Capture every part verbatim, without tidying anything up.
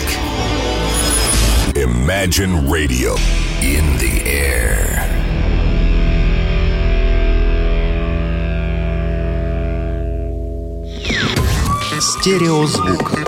Imagine Radio in the air. Стереозвук.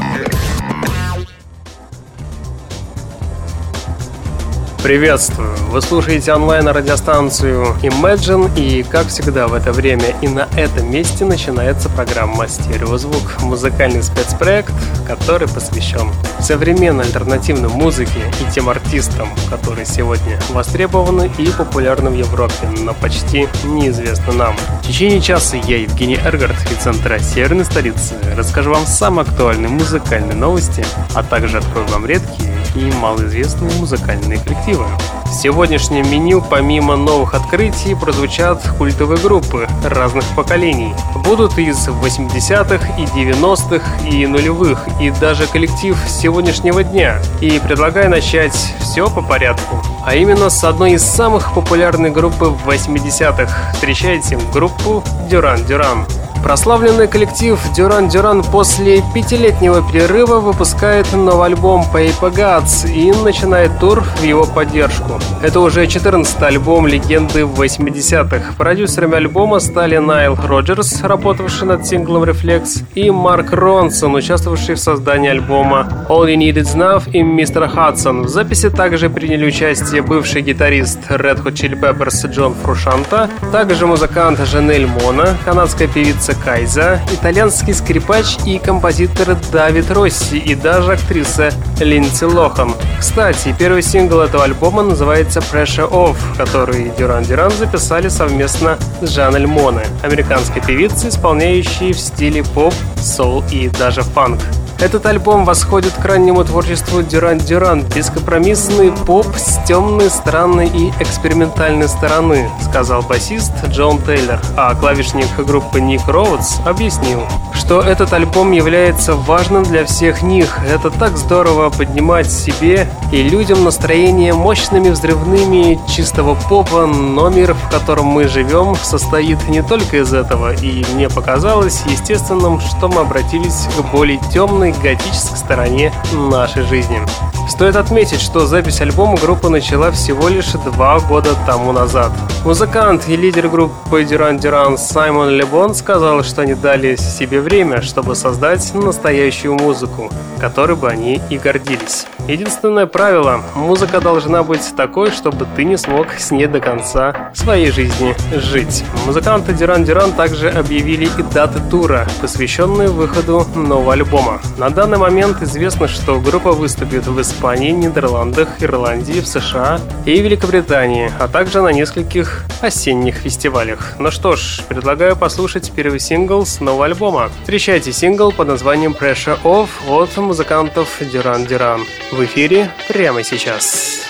Приветствую! Вы слушаете онлайн-радиостанцию Imagine, и, как всегда, в это время и на этом месте начинается программа «Стереозвук», музыкальный спецпроект, который посвящен современной альтернативной музыке и тем артистам, которые сегодня востребованы и популярны в Европе, но почти неизвестны нам. В течение часа я, Евгений Эргард, из центра северной столицы, расскажу вам самые актуальные музыкальные новости, а также открою вам редкие и малоизвестные музыкальные коллективы. В сегодняшнем меню помимо новых открытий прозвучат культовые группы разных поколений. Будут из восьмидесятых и девяностых и нулевых, и даже коллектив сегодняшнего дня. И предлагаю начать все по порядку. А именно с одной из самых популярных групп в восьмидесятых. Встречайте группу Duran Duran. Прославленный коллектив Duran Duran после пятилетнего перерыва выпускает новый альбом Paper Gods и начинает тур в его поддержку. Это уже четырнадцатый альбом легенды восьмидесятых. Продюсерами альбома стали Найл Роджерс, работавший над синглом Reflex, и Марк Ронсон, участвовавший в создании альбома All You Need Is Now и мистер Хадсон. В записи также приняли участие бывший гитарист Red Hot Chili Peppers Джон Фрушанта, также музыкант Жанель Мона, канадская певица Кайза, итальянский скрипач и композитор Давид Росси и даже актриса Линдси Лохан. Кстати, первый сингл этого альбома называется Pressure Off, который Duran Duran записали совместно с Жанель Моне, американской певицей, исполняющей в стиле поп, соул и даже фанк. Этот альбом восходит к раннему творчеству Duran Duran, бескомпромиссный поп с темной, странной и экспериментальной стороны, сказал басист Джон Тейлор, а клавишник группы Ник Роудс объяснил, что этот альбом является важным для всех них. Это так здорово поднимать себе и людям настроение мощными взрывными чистого попа, но мир, в котором мы живем, состоит не только из этого, и мне показалось естественным, что мы обратились к более темной готической стороне нашей жизни. Стоит отметить, что запись альбома группа начала всего лишь два года тому назад. Музыкант и лидер группы Duran Duran Саймон Le Bon сказал, что они дали себе время, чтобы создать настоящую музыку, которой бы они и гордились. Единственное правило – музыка должна быть такой, чтобы ты не смог с ней до конца своей жизни жить. Музыканты Duran Duran также объявили и даты тура, посвященные выходу нового альбома. На данный момент известно, что группа выступит в Испании, Нидерландах, Ирландии, в США и Великобритании, а также на нескольких осенних фестивалях. Ну что ж, предлагаю послушать первый сингл с нового альбома. Встречайте сингл под названием Pressure Off от музыкантов Duran Duran. В эфире прямо сейчас.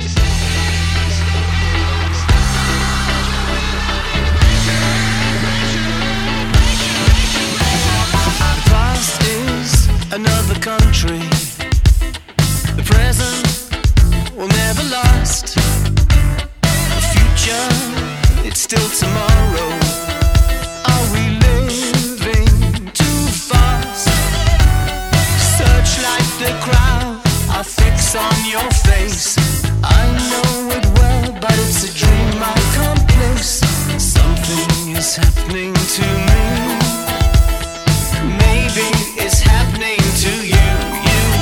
Another country, the present will never last. The future, it's still tomorrow. Are we living too fast? Searchlight the crowd, I fix on your face. I know it well, but it's a dream I can't place. Something is happening to me. Maybe it's happening to you, you.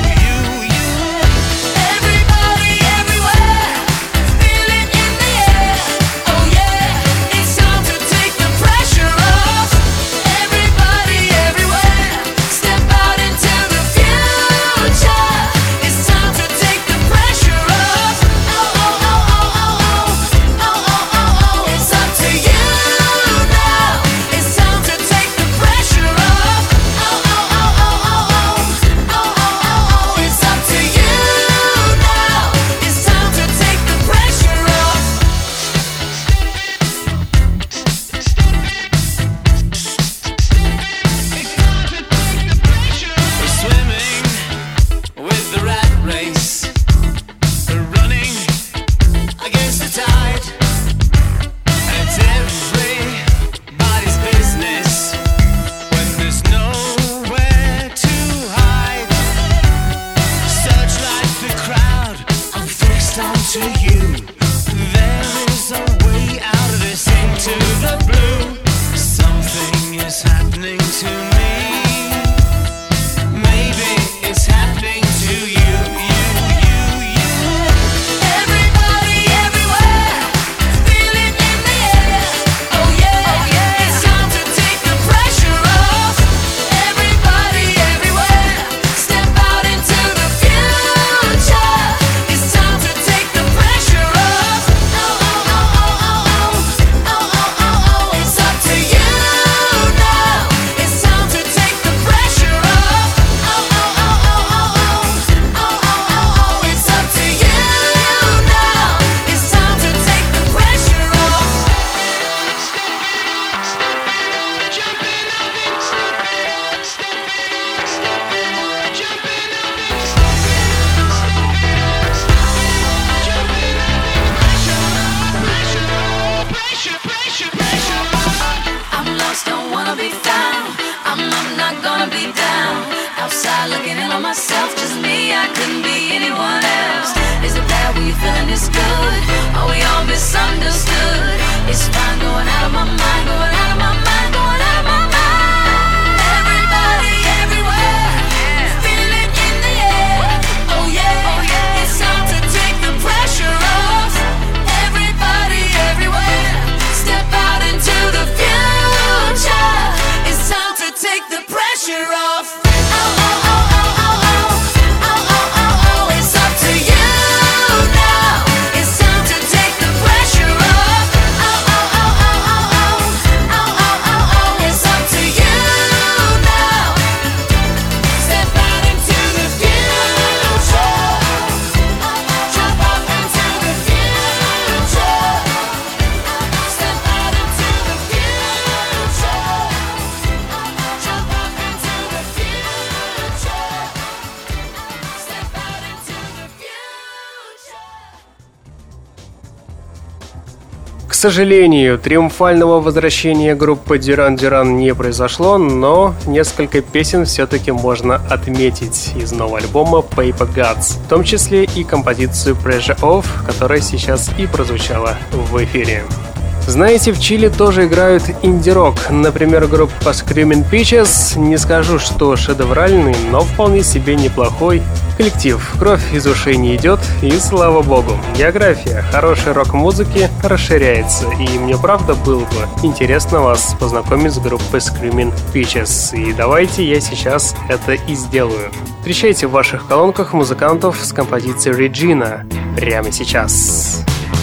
сожалению, триумфального возвращения группы Duran Duran не произошло, но несколько песен все-таки можно отметить из нового альбома Paper Gods, в том числе и композицию Pressure Off, которая сейчас и прозвучала в эфире. Знаете, в Чили тоже играют инди-рок. Например, группа Screaming Peaches. Не скажу, что шедевральный, но вполне себе неплохой коллектив. Кровь из ушей не идет, и слава богу. География хорошей рок-музыки расширяется, и мне правда было бы интересно вас познакомить с группой Screaming Peaches. И давайте я сейчас это и сделаю. Встречайте в ваших колонках музыкантов с композицией Regina прямо сейчас.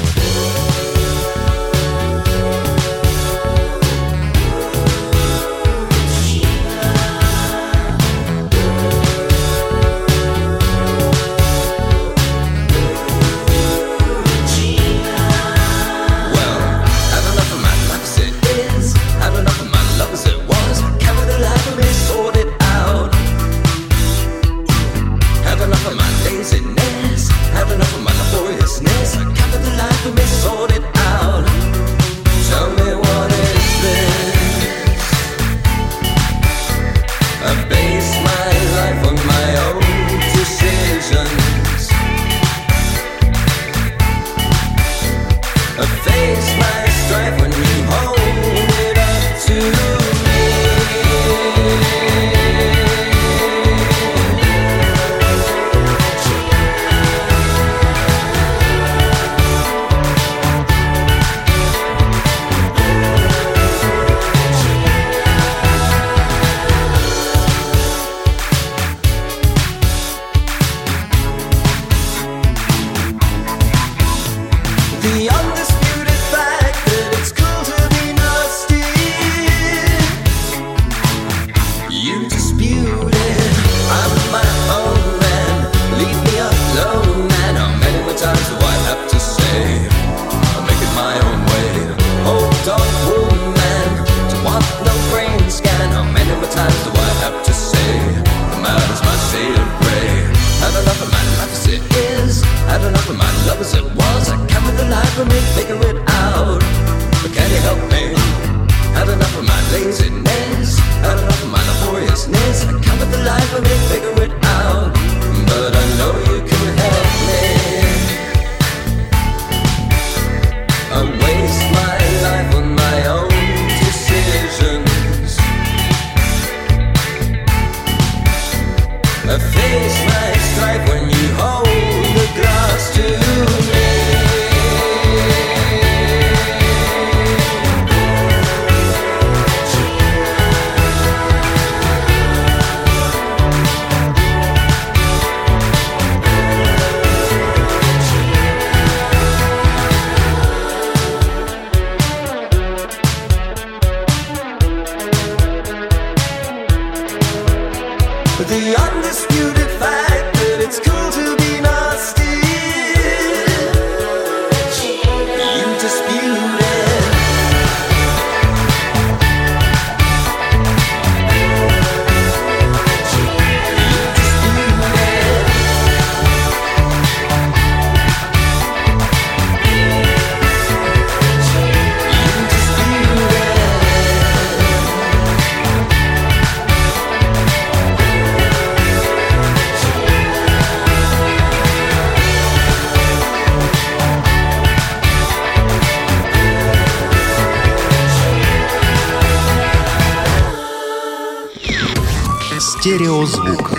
Стереозвук.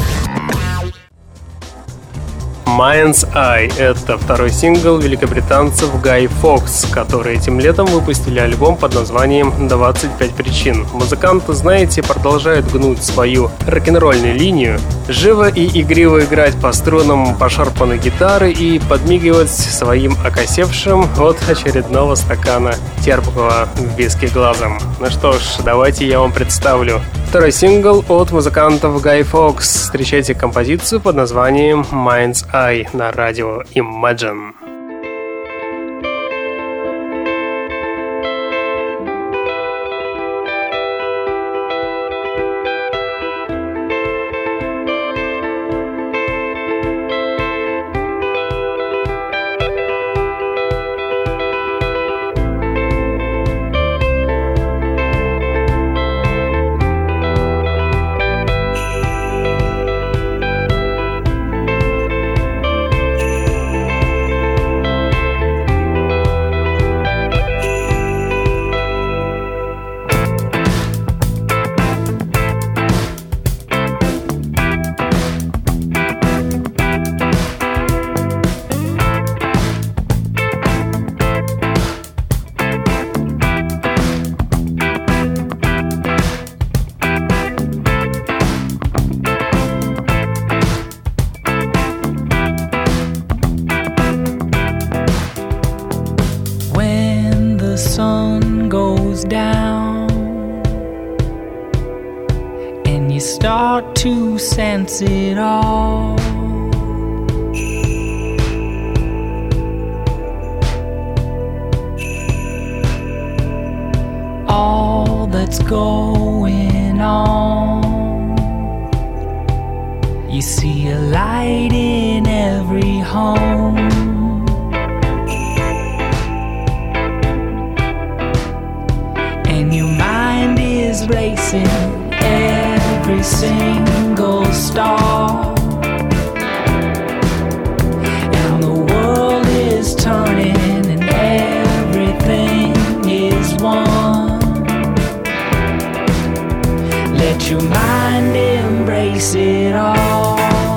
Mind's Eye — это второй сингл великобританцев Guy Fawkes, которые этим летом выпустили альбом под названием «двадцать пять причин». Музыканты, знаете, продолжают гнуть свою рок-н-ролльную линию, живо и игриво играть по струнам пошарпанной гитары и подмигивать своим окосевшим от очередного стакана терпкого виски глазом. Ну что ж, давайте я вам представлю второй сингл от музыкантов Guy Fawkes. Встречайте композицию под названием Mind's Eye на радио Imagine. to sense it all. All that's going on. You see a light in every home. And your mind is racing every single star. And the world is turning and everything is one. Let your mind embrace it all.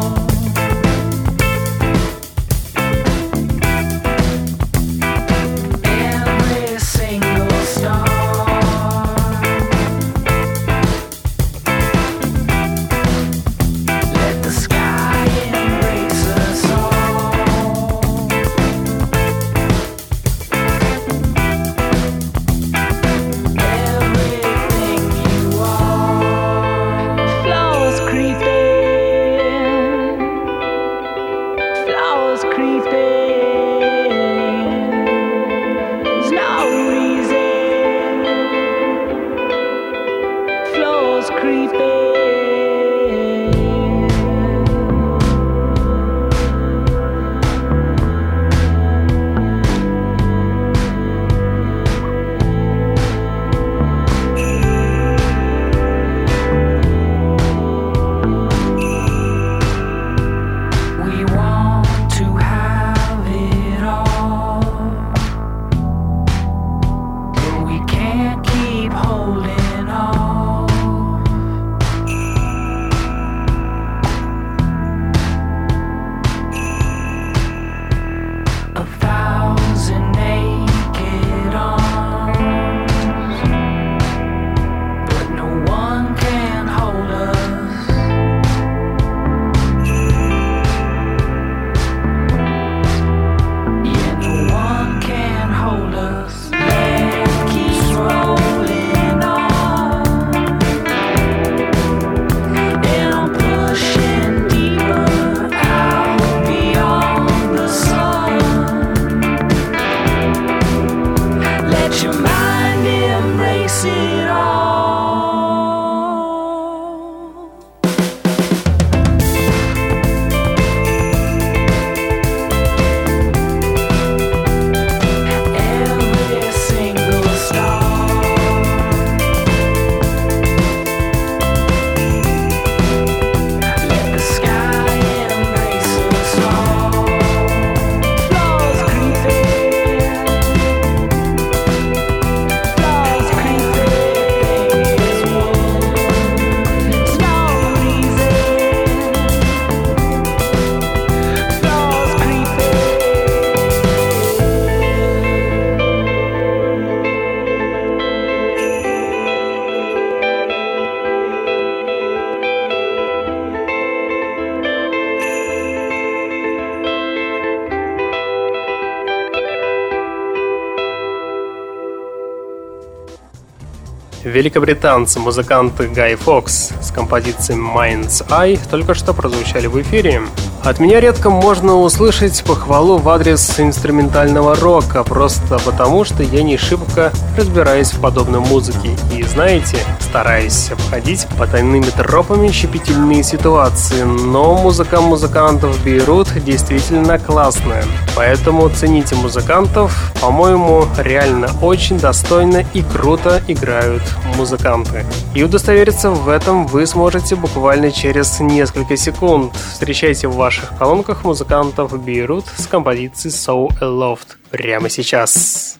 Великобританцы, музыканты Гай Фокс с композицией Mind's Eye только что прозвучали в эфире. От меня редко можно услышать похвалу в адрес инструментального рока, просто потому, что я не шибко разбираюсь в подобной музыке. И знаете, стараюсь обходить потайными тропами щепетильные ситуации, но музыка музыкантов Бейрут действительно классная. Поэтому цените музыкантов, по-моему, реально очень достойно и круто играют музыканты. И удостовериться в этом вы сможете буквально через несколько секунд. Встречайте в ваших колонках музыкантов Бейрут с композицией So Aloft прямо сейчас.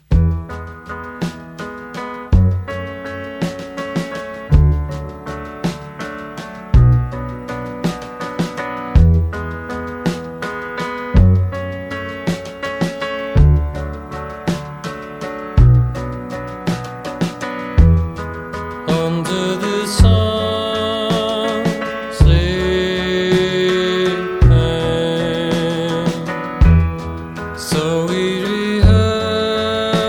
So we rehearse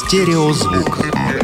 Стереозвук.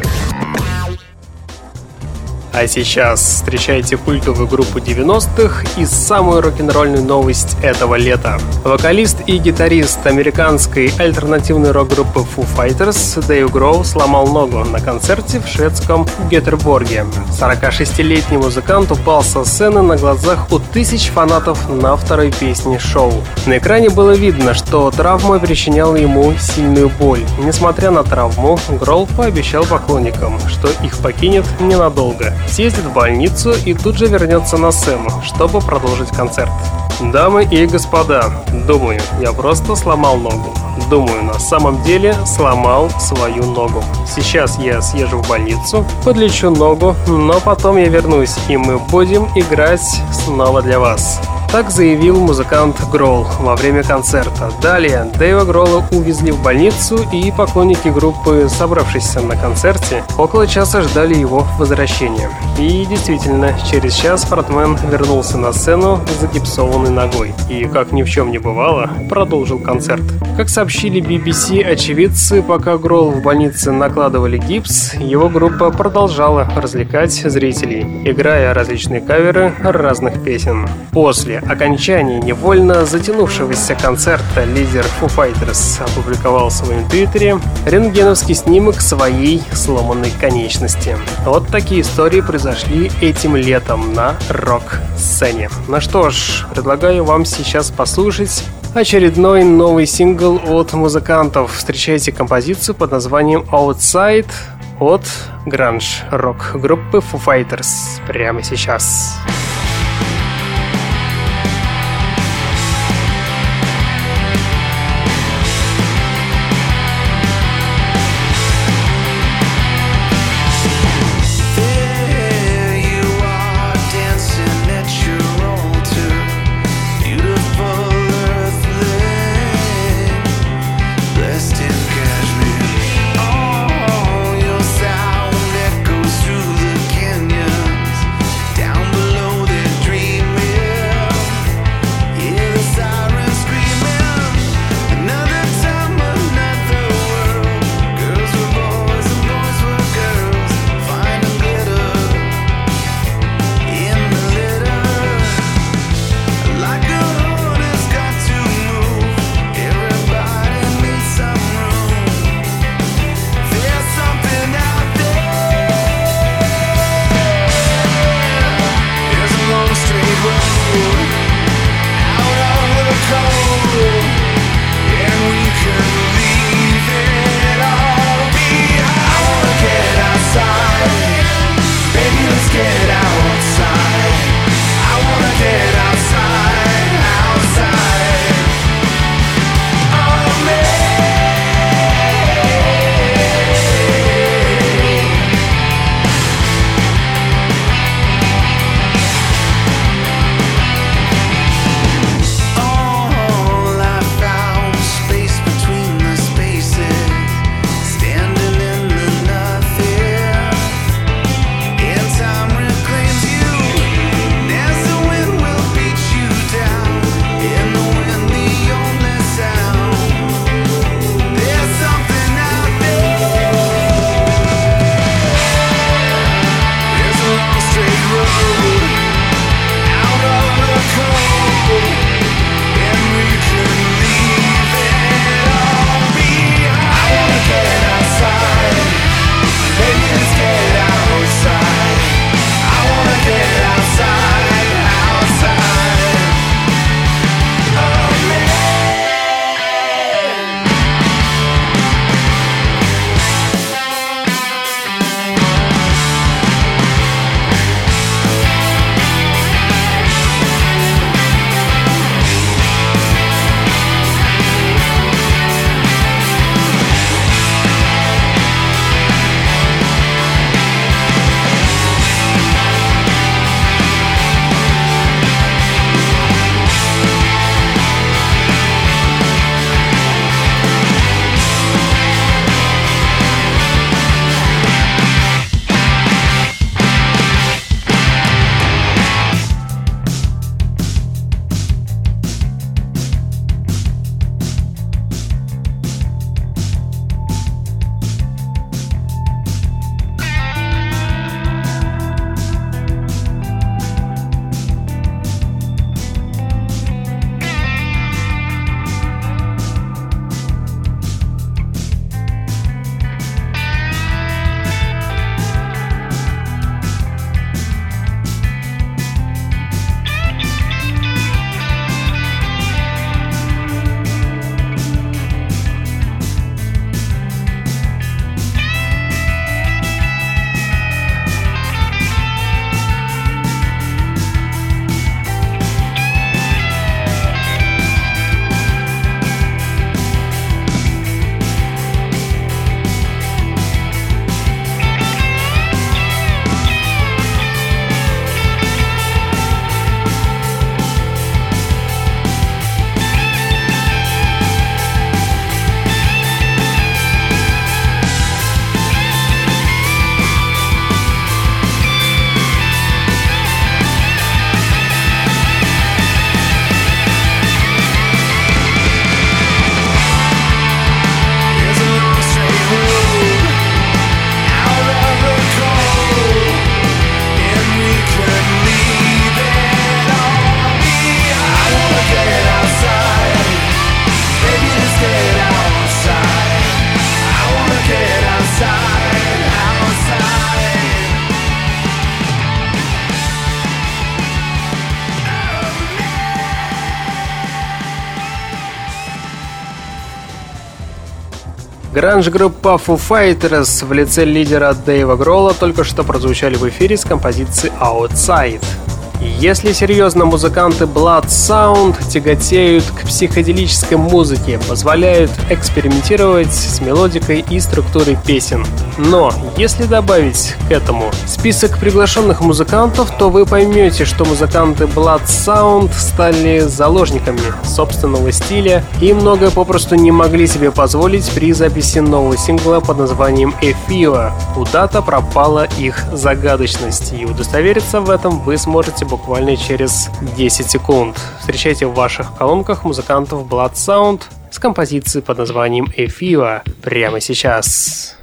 А сейчас встречайте культовую группу девяностых и самую рок-н-ролльную новость этого лета. Вокалист и гитарист американской альтернативной рок-группы Foo Fighters Дэйв Гроул сломал ногу на концерте в шведском Гетеборге. сорокашестилетний музыкант упал со сцены на глазах у тысяч фанатов на второй песне шоу. На экране было видно, что травма причиняла ему сильную боль. Несмотря на травму, Гроул пообещал поклонникам, что их покинет ненадолго, съездит в больницу и тут же вернется на сцену, чтобы продолжить концерт. Дамы и господа, думаю, я просто сломал ногу. Думаю, на самом деле сломал свою ногу. Сейчас я съезжу в больницу, подлечу ногу, но потом я вернусь, и мы будем играть снова для вас. Так заявил музыкант Гроул во время концерта. Далее Дэйва Гроула увезли в больницу, и поклонники группы, собравшиеся на концерте, около часа ждали его возвращения. И действительно, через час фронтмен вернулся на сцену с загипсованной ногой и, как ни в чем не бывало, продолжил концерт. Как сообщили би би си очевидцы, пока Гроул в больнице накладывали гипс, его группа продолжала развлекать зрителей, играя различные каверы разных песен. После окончания невольно затянувшегося концерта лидер Foo Fighters опубликовал в своем твиттере рентгеновский снимок своей сломанной конечности. Вот такие истории произошли этим летом на рок-сцене. Ну что ж, предлагаю вам сейчас послушать очередной новый сингл от музыкантов. Встречайте композицию под названием Outside от гранж-рок группы Foo Fighters прямо сейчас. Through the canyons, down below Гранж-группа Foo Fighters в лице лидера Дэйва Гролла только что прозвучали в эфире с композицией Outside. Если серьезно, музыканты Blood Sound тяготеют к психоделической музыке, позволяют экспериментировать с мелодикой и структурой песен. Но если добавить к этому список приглашенных музыкантов, то вы поймете, что музыканты Blood Sound стали заложниками собственного стиля и многое попросту не могли себе позволить при записи нового сингла под названием Эфива. Куда-то пропала их загадочность, и удостовериться в этом вы сможете буквально через десять секунд. Встречайте в ваших колонках музыкантов Blood Sound с композицией под названием Эфива прямо сейчас.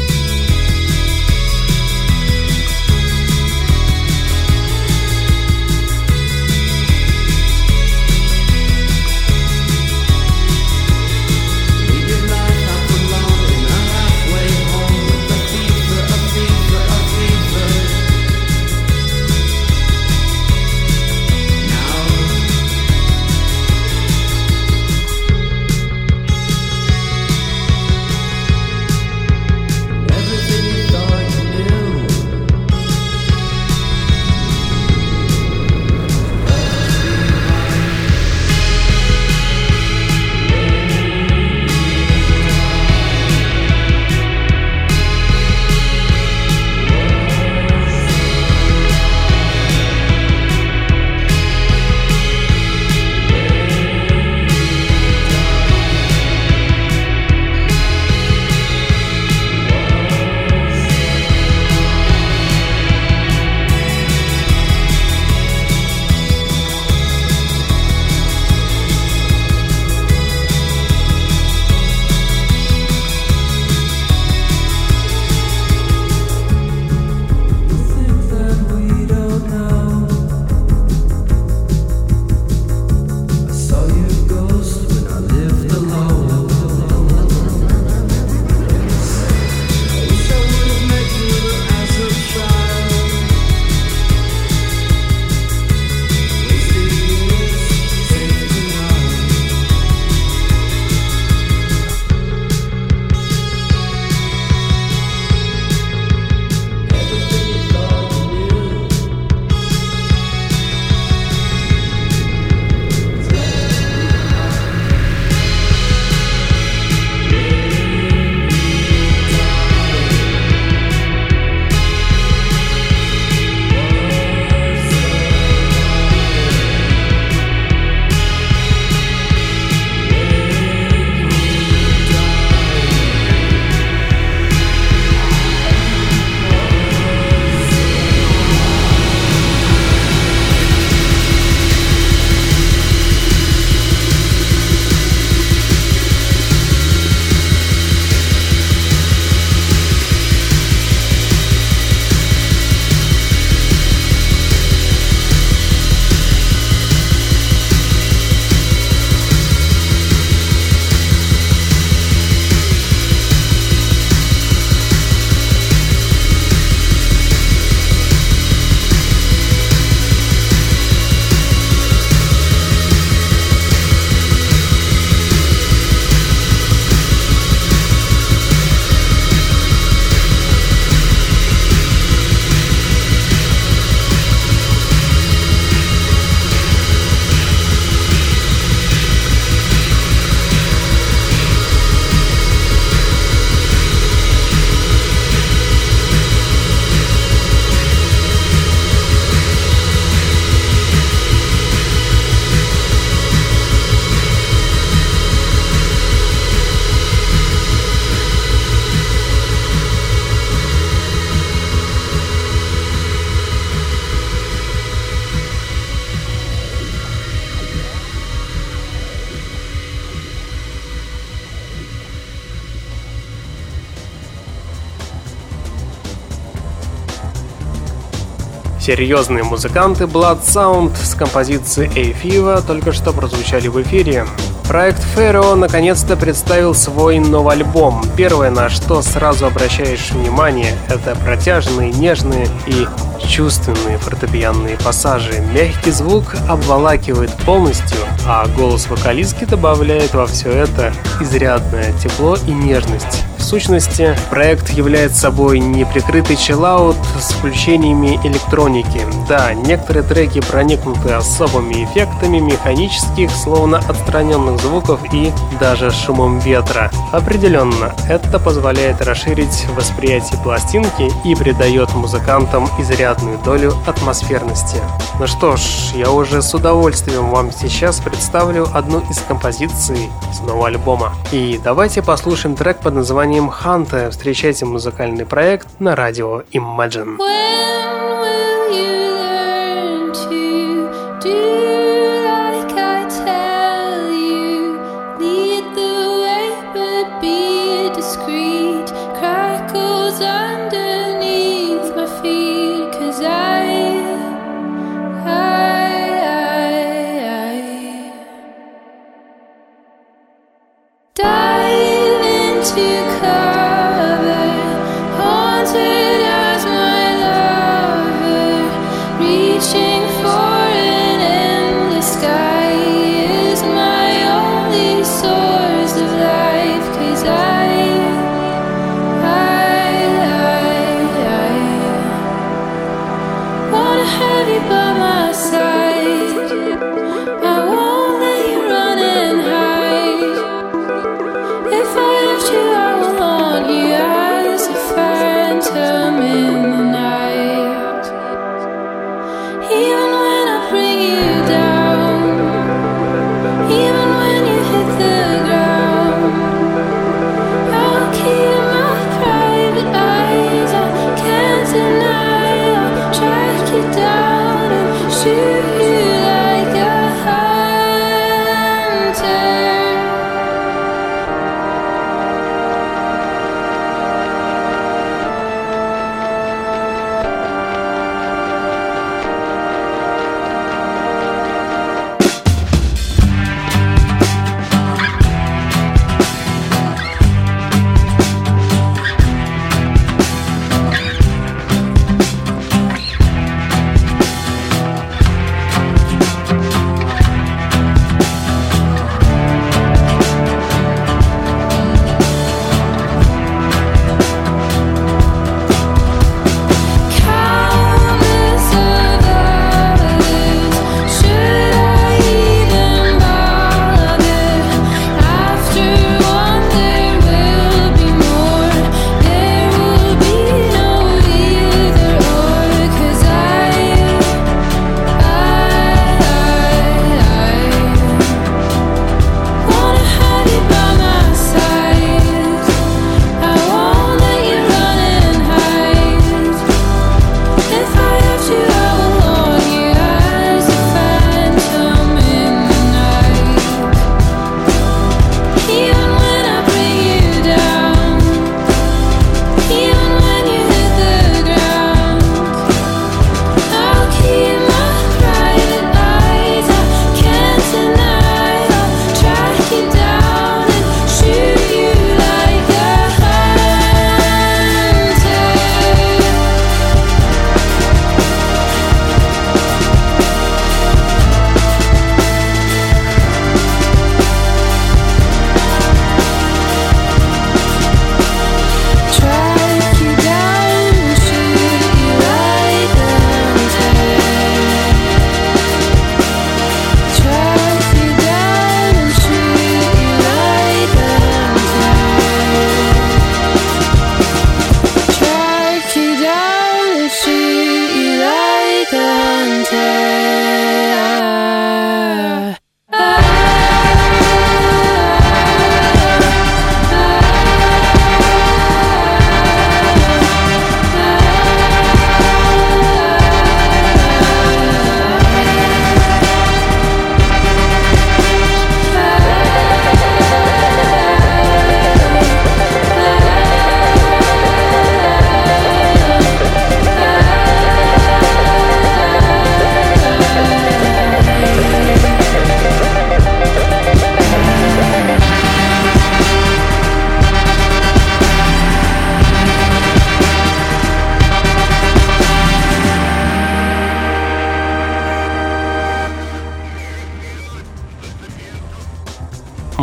Серьезные музыканты Blood Sound с композицией Эйфива только что прозвучали в эфире. Проект Pharaoh наконец-то представил свой новый альбом. Первое, на что сразу обращаешь внимание, это протяжные, нежные и чувственные фортепианные пассажи. Мягкий звук обволакивает полностью, а голос вокалистки добавляет во все это изрядное тепло и нежность. В сущности, проект является собой неприкрытый чиллаут с включениями электроники. Да, некоторые треки проникнуты особыми эффектами механических, словно отстраненных звуков и даже шумом ветра. Определенно, это позволяет расширить восприятие пластинки и придает музыкантам изрядную долю атмосферности. Ну что ж, я уже с удовольствием вам сейчас представлю одну из композиций с нового альбома. И давайте послушаем трек под названием «Hunter». Встречайте музыкальный проект на радио Imagine. Cover, haunted as my love.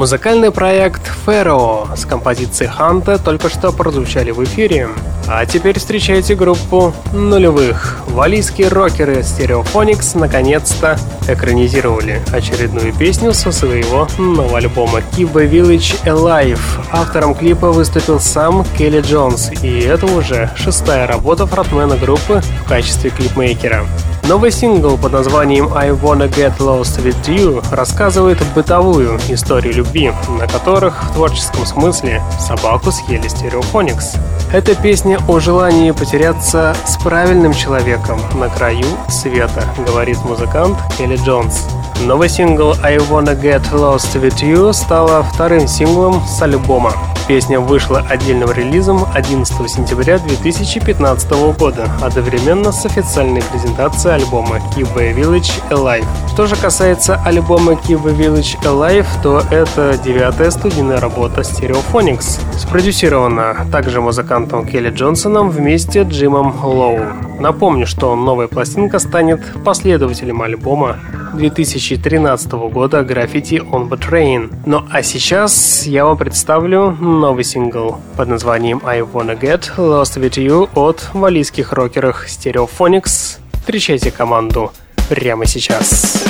Музыкальный проект Pharaoh с композицией Ханта только что прозвучали в эфире. А теперь встречайте группу нулевых. Валлийские рокеры Stereophonics наконец-то экранизировали очередную песню со своего нового альбома Kibbe Village Alive. Автором клипа выступил сам Келли Джонс, и это уже шестая работа фронтмена группы в качестве клипмейкера. Новый сингл под названием I Wanna Get Lost With You рассказывает бытовую историю любви, на которых в творческом смысле собаку съели Stereophonics. Это песня о желании потеряться с правильным человеком на краю света, говорит музыкант Келли Джонс. Новый сингл I Wanna Get Lost With You стала вторым синглом с альбома. Песня вышла отдельным релизом одиннадцатого сентября две тысячи пятнадцатого года, одновременно с официальной презентацией альбома Kibbe Village Alive. Что же касается альбома Kibbe Village Alive, то это девятая студийная работа Stereophonics, спродюсирована также музыкантом Келли Джонсоном вместе с Джимом Лоу. Напомню, что новая пластинка станет последователем альбома две тысячи тринадцатого года Graffiti on the Train. Ну а сейчас я вам представлю новый сингл под названием I Wanna Get Lost With You от валлийских рокеров Stereophonics. Встречайте команду прямо сейчас.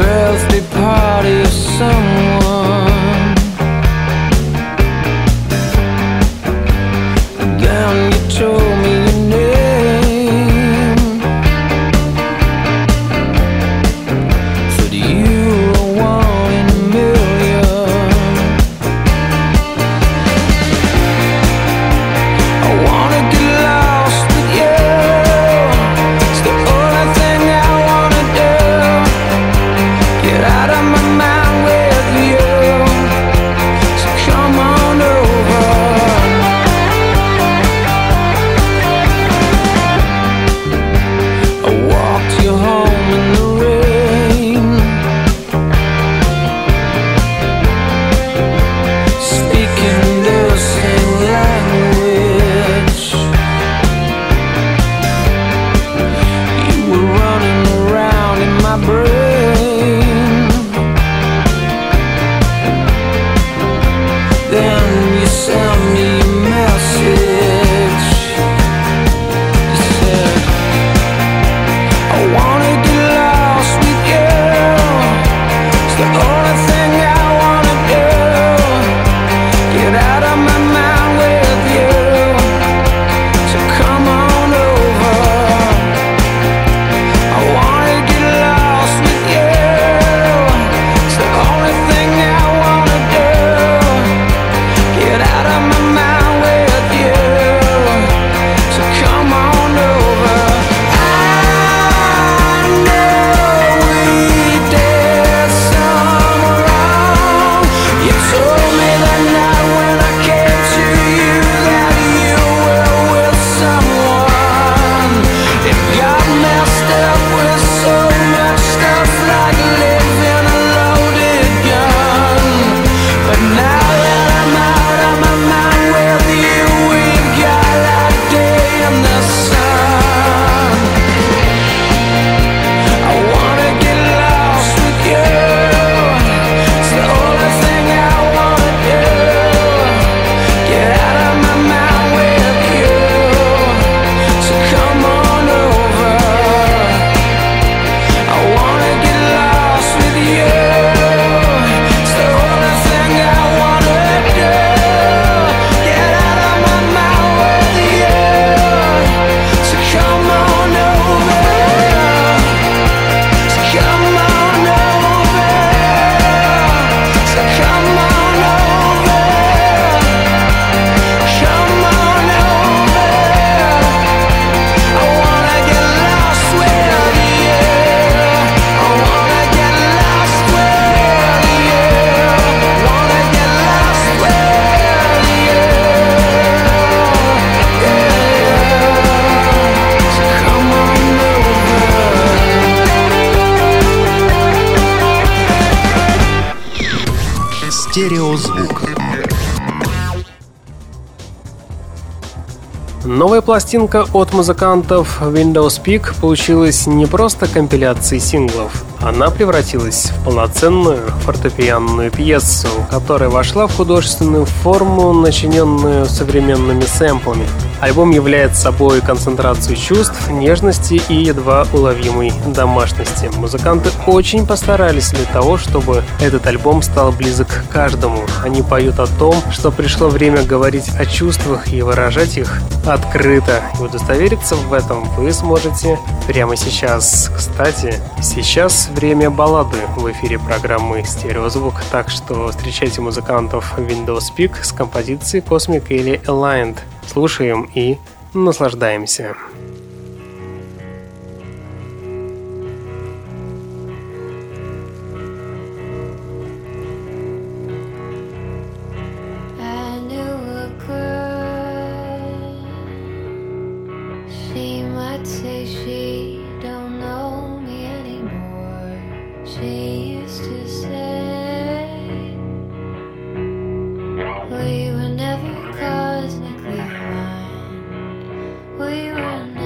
Party of someone Стереозвук. Новая пластинка от музыкантов Windows Peak получилась не просто компиляцией синглов. Она превратилась в полноценную фортепианную пьесу, которая вошла в художественную форму, начиненную современными сэмплами. Альбом является собой концентрацию чувств, нежности и едва уловимой домашности. Музыканты очень постарались для того, чтобы этот альбом стал близок к каждому. Они поют о том, что пришло время говорить о чувствах и выражать их открыто. И удостовериться в этом вы сможете прямо сейчас. Кстати, сейчас время баллады в эфире программы «Стереозвук», так что встречайте музыкантов Windows Peak с композицией Cosmic или Aligned. Слушаем и наслаждаемся. We were never cosmically aligned. We were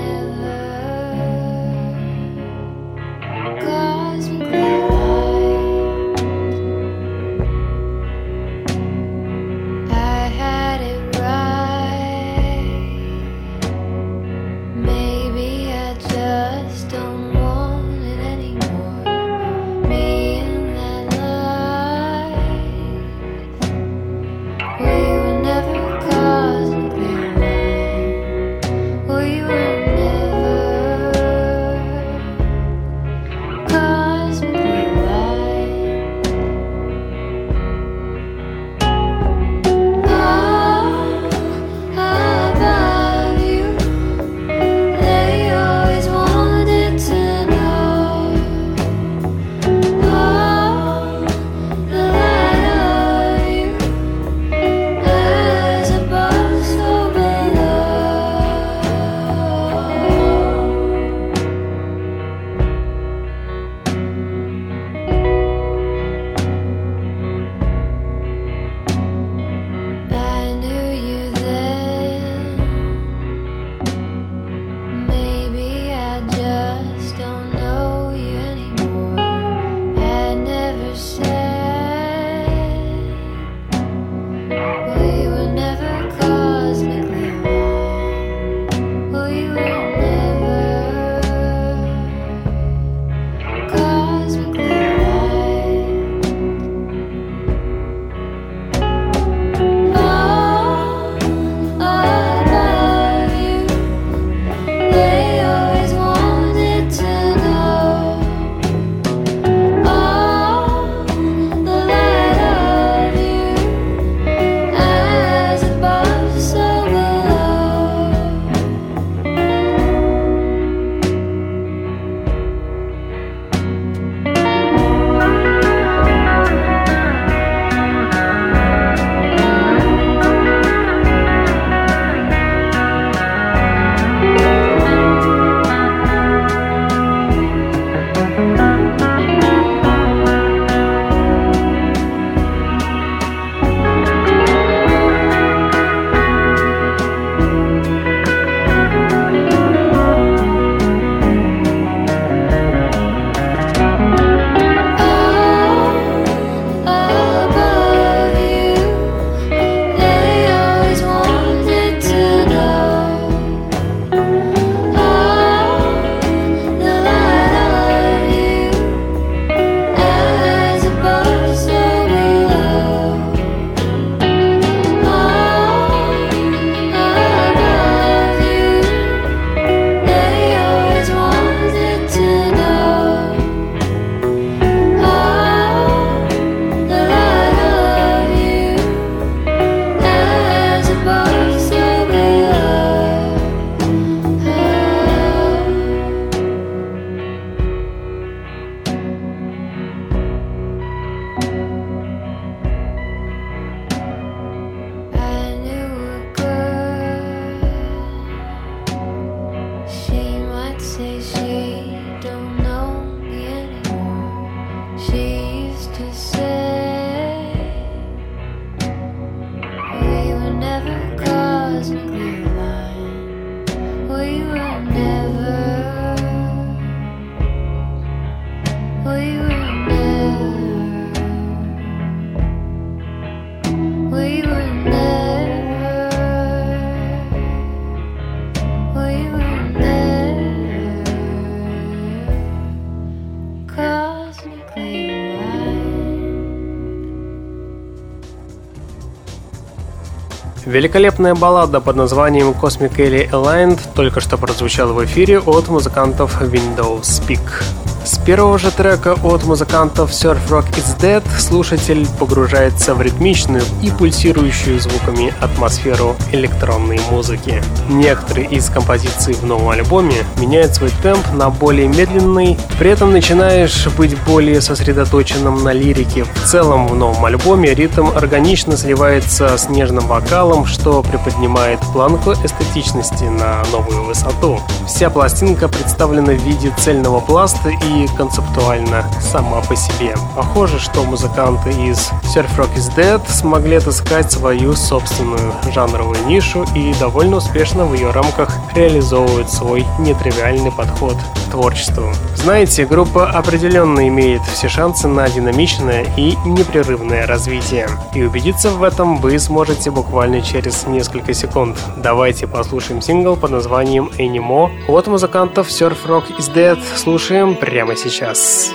Великолепная баллада под названием Cosmically Aligned только что прозвучала в эфире от музыкантов Windows Speak. С первого же трека от музыкантов Surf Rock is Dead слушатель погружается в ритмичную и пульсирующую звуками атмосферу электронной музыки. Некоторые из композиций в новом альбоме меняют свой темп на более медленный, при этом начинаешь быть более сосредоточенным на лирике. В целом в новом альбоме ритм органично сливается с нежным вокалом, что приподнимает планку эстетичности на новую высоту. Вся пластинка представлена в виде цельного пласта и и концептуально сама по себе. Похоже, что музыканты из Surf Rock is Dead смогли отыскать свою собственную жанровую нишу и довольно успешно в ее рамках реализовывают свой нетривиальный подход к творчеству. Знаете, группа определенно имеет все шансы на динамичное и непрерывное развитие. И убедиться в этом вы сможете буквально через несколько секунд. Давайте послушаем сингл под названием Anymore от музыкантов Surf Rock is Dead. Слушаем прямо сейчас.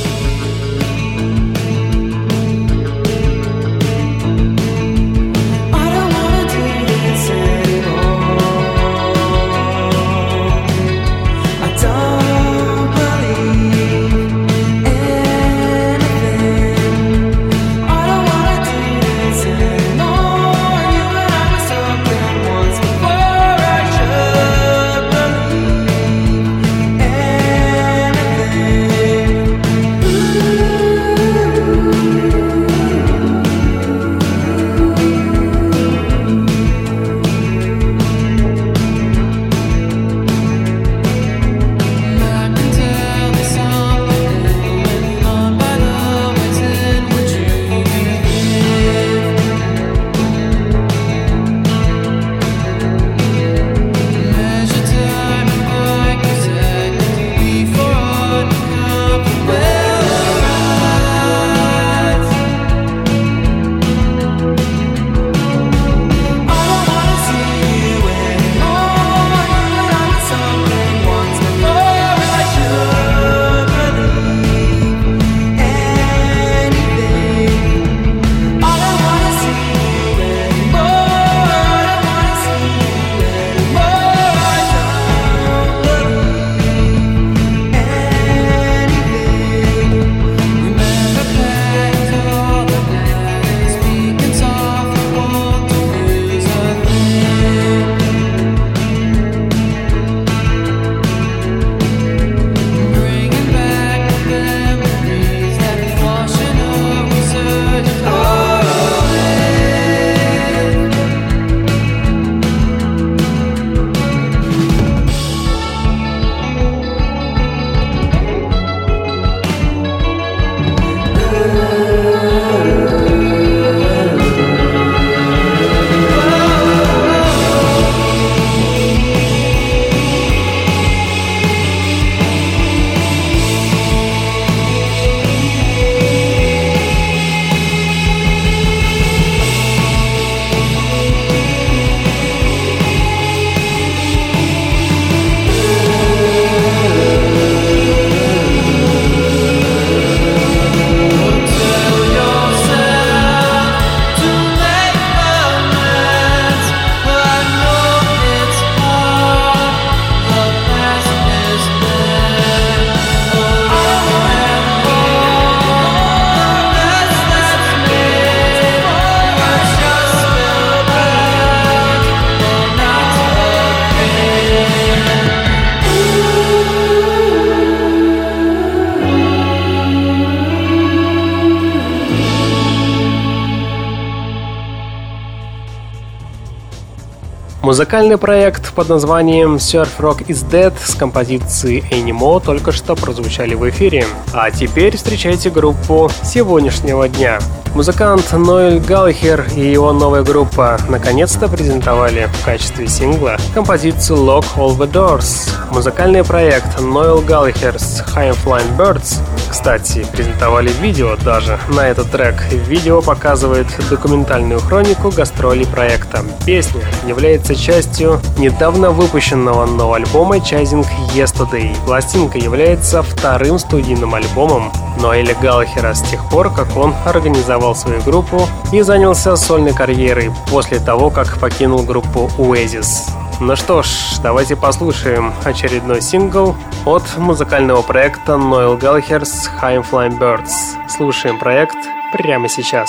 Музыкальный проект под названием Surf Rock is Dead с композицией Anymore только что прозвучали в эфире. А теперь встречайте группу сегодняшнего дня. Музыкант Ноэль Галлахер и его новая группа наконец-то презентовали в качестве сингла композицию Lock All the Doors. Музыкальный проект Ноэль Галлахер's High Flying Birds, кстати, презентовали видео даже на этот трек. Видео показывает документальную хронику гастролей проекта. Песня является частью недавно выпущенного нового альбома Chasing Yesterday. Пластинка является вторым студийным альбомом Ноэля Галлахера с тех пор, как он организовал свою группу и занялся сольной карьерой после того, как покинул группу Oasis. Ну что ж, давайте послушаем очередной сингл от музыкального проекта Noel Gallagher's High Flying Birds. Слушаем проект прямо сейчас.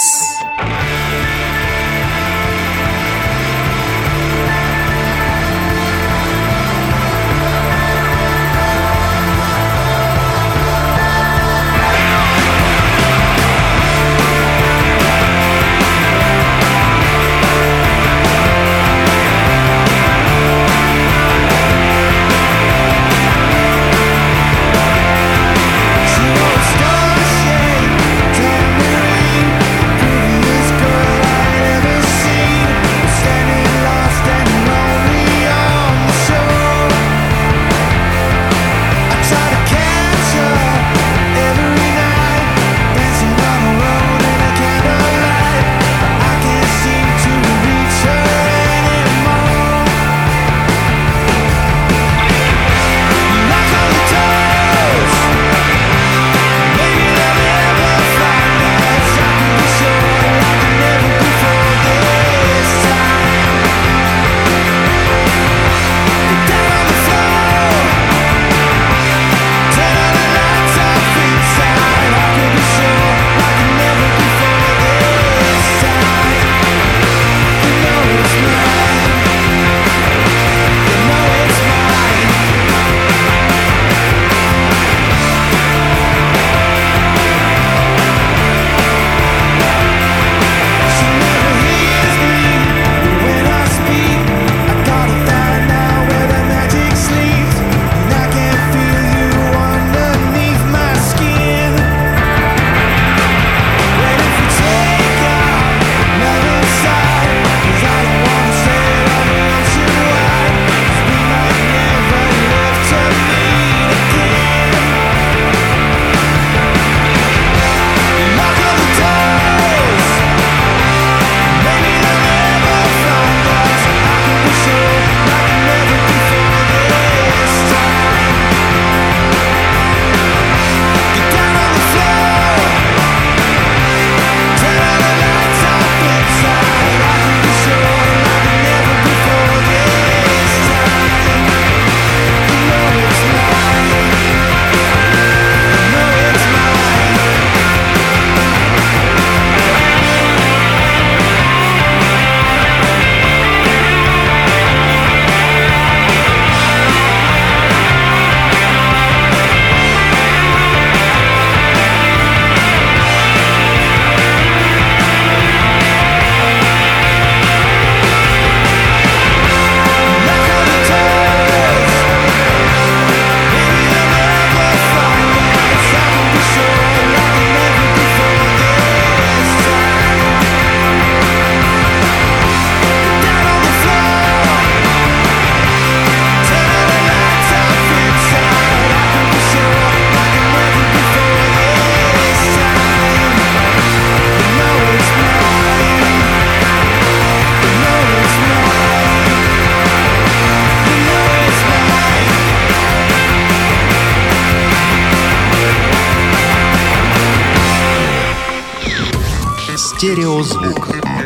Стереозвук.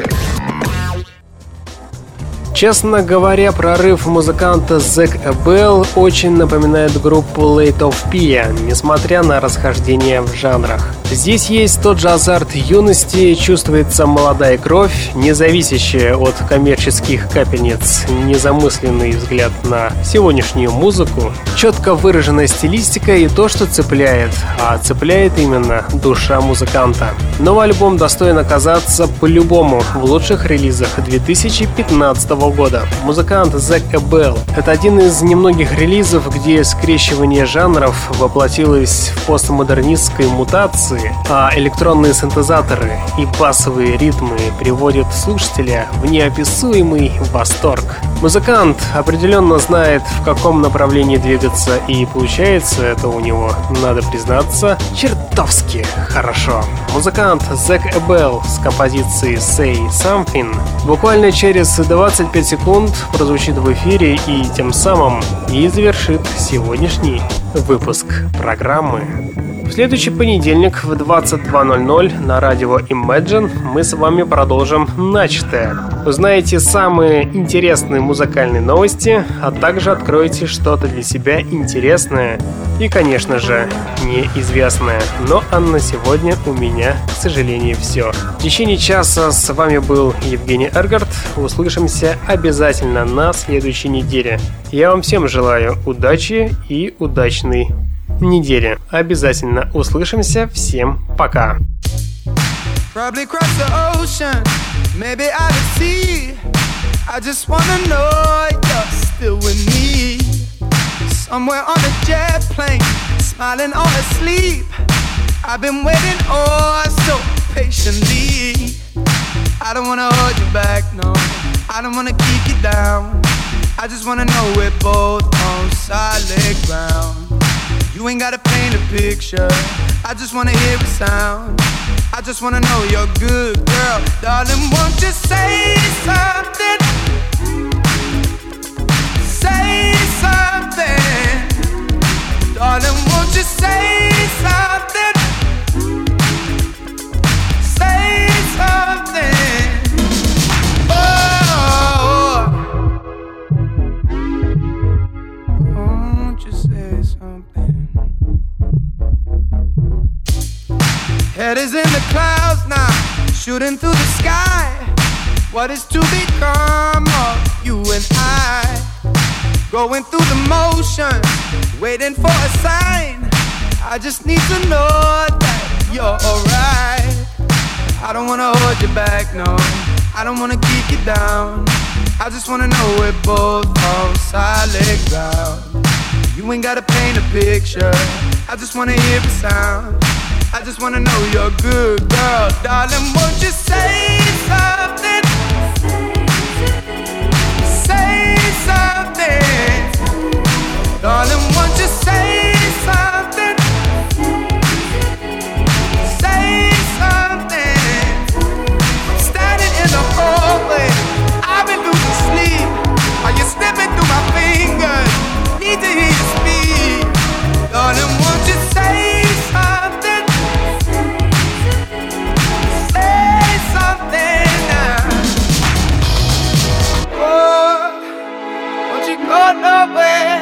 Честно говоря, прорыв музыканта Зак Эбел очень напоминает группу Late of Pia, несмотря на расхождения в жанрах. Здесь есть тот же азарт юности, чувствуется молодая кровь, не зависящая от коммерческих капельниц, незамысленный взгляд на сегодняшнюю музыку, четко выраженная стилистика и то, что цепляет, а цепляет именно душа музыканта. Новый альбом достоин оказаться по-любому в лучших релизах две тысячи пятнадцатого года. Музыкант Зак Эбел — это один из немногих релизов, где скрещивание жанров воплотилось в постмодернистской мутации, а электронные синтезаторы и басовые ритмы приводят слушателя в неописуемый восторг. Музыкант определенно знает, в каком направлении двигаться, и получается это у него, надо признаться, чертовски хорошо. Музыкант Зак Эбел с композицией Say Something буквально через двадцать пять пять секунд прозвучит в эфире и тем самым и завершит сегодняшний выпуск программы. В следующий понедельник в двадцать два ноль ноль на радио Imagine мы с вами продолжим начатое. Узнаете самые интересные музыкальные новости, а также откроете что-то для себя интересное и, конечно же, неизвестное. Но а на сегодня у меня, к сожалению, все. В течение часа с вами был Евгений Эргард. Услышимся обязательно на следующей неделе. Я вам всем желаю удачи и удачной недели. Обязательно услышимся. Всем пока. Probably cross the ocean, maybe out at sea. I just wanna know you're still with me. Somewhere on a jet plane, smiling or asleep. I've been waiting oh so patiently. I don't wanna hold you back, no. I don't wanna keep you down. I just wanna know we're both on solid ground. You ain't gotta paint a picture, I just wanna hear a sound. I just wanna know you're good, girl. Darling, won't you say something? Say something. Darling, won't you say something? Say something. Oh, won't you say something? Head is in the clouds now, shooting through the sky. What is to become of you and I? Going through the motions, waiting for a sign. I just need to know that you're alright. I don't wanna hold you back, no. I don't wanna keep you down. I just wanna know we're both on solid ground. You ain't gotta paint a picture, I just wanna hear a sound. I just wanna know you're good, girl. Darling, won't you say something? Say something. Darling, won't you say something? Say something. I'm standing in the hallway, I've been losing sleep. Are you slipping through my fingers? Need to hear you speak. Darling, won't you say something? Go nowhere.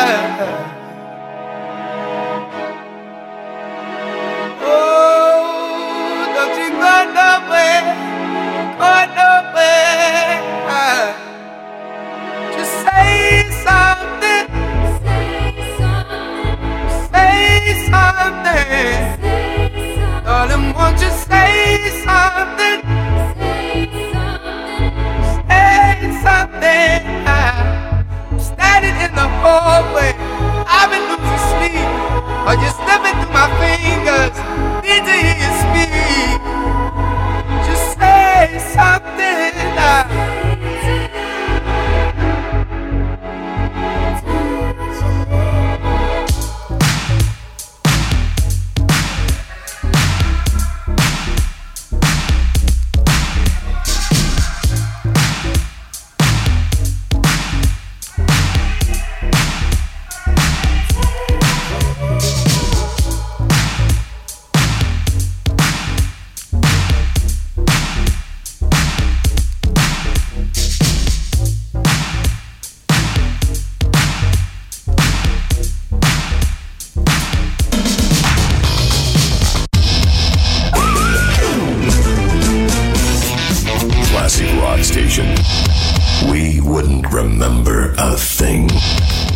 Oh, don't you go nowhere, go nowhere. Just say something, say something, darling, won't you say something, say something. Standing in the hallway, I've been losing sleep. Are you slipping through my fingers? Need to hear you speak. Just say something now. We wouldn't remember a thing.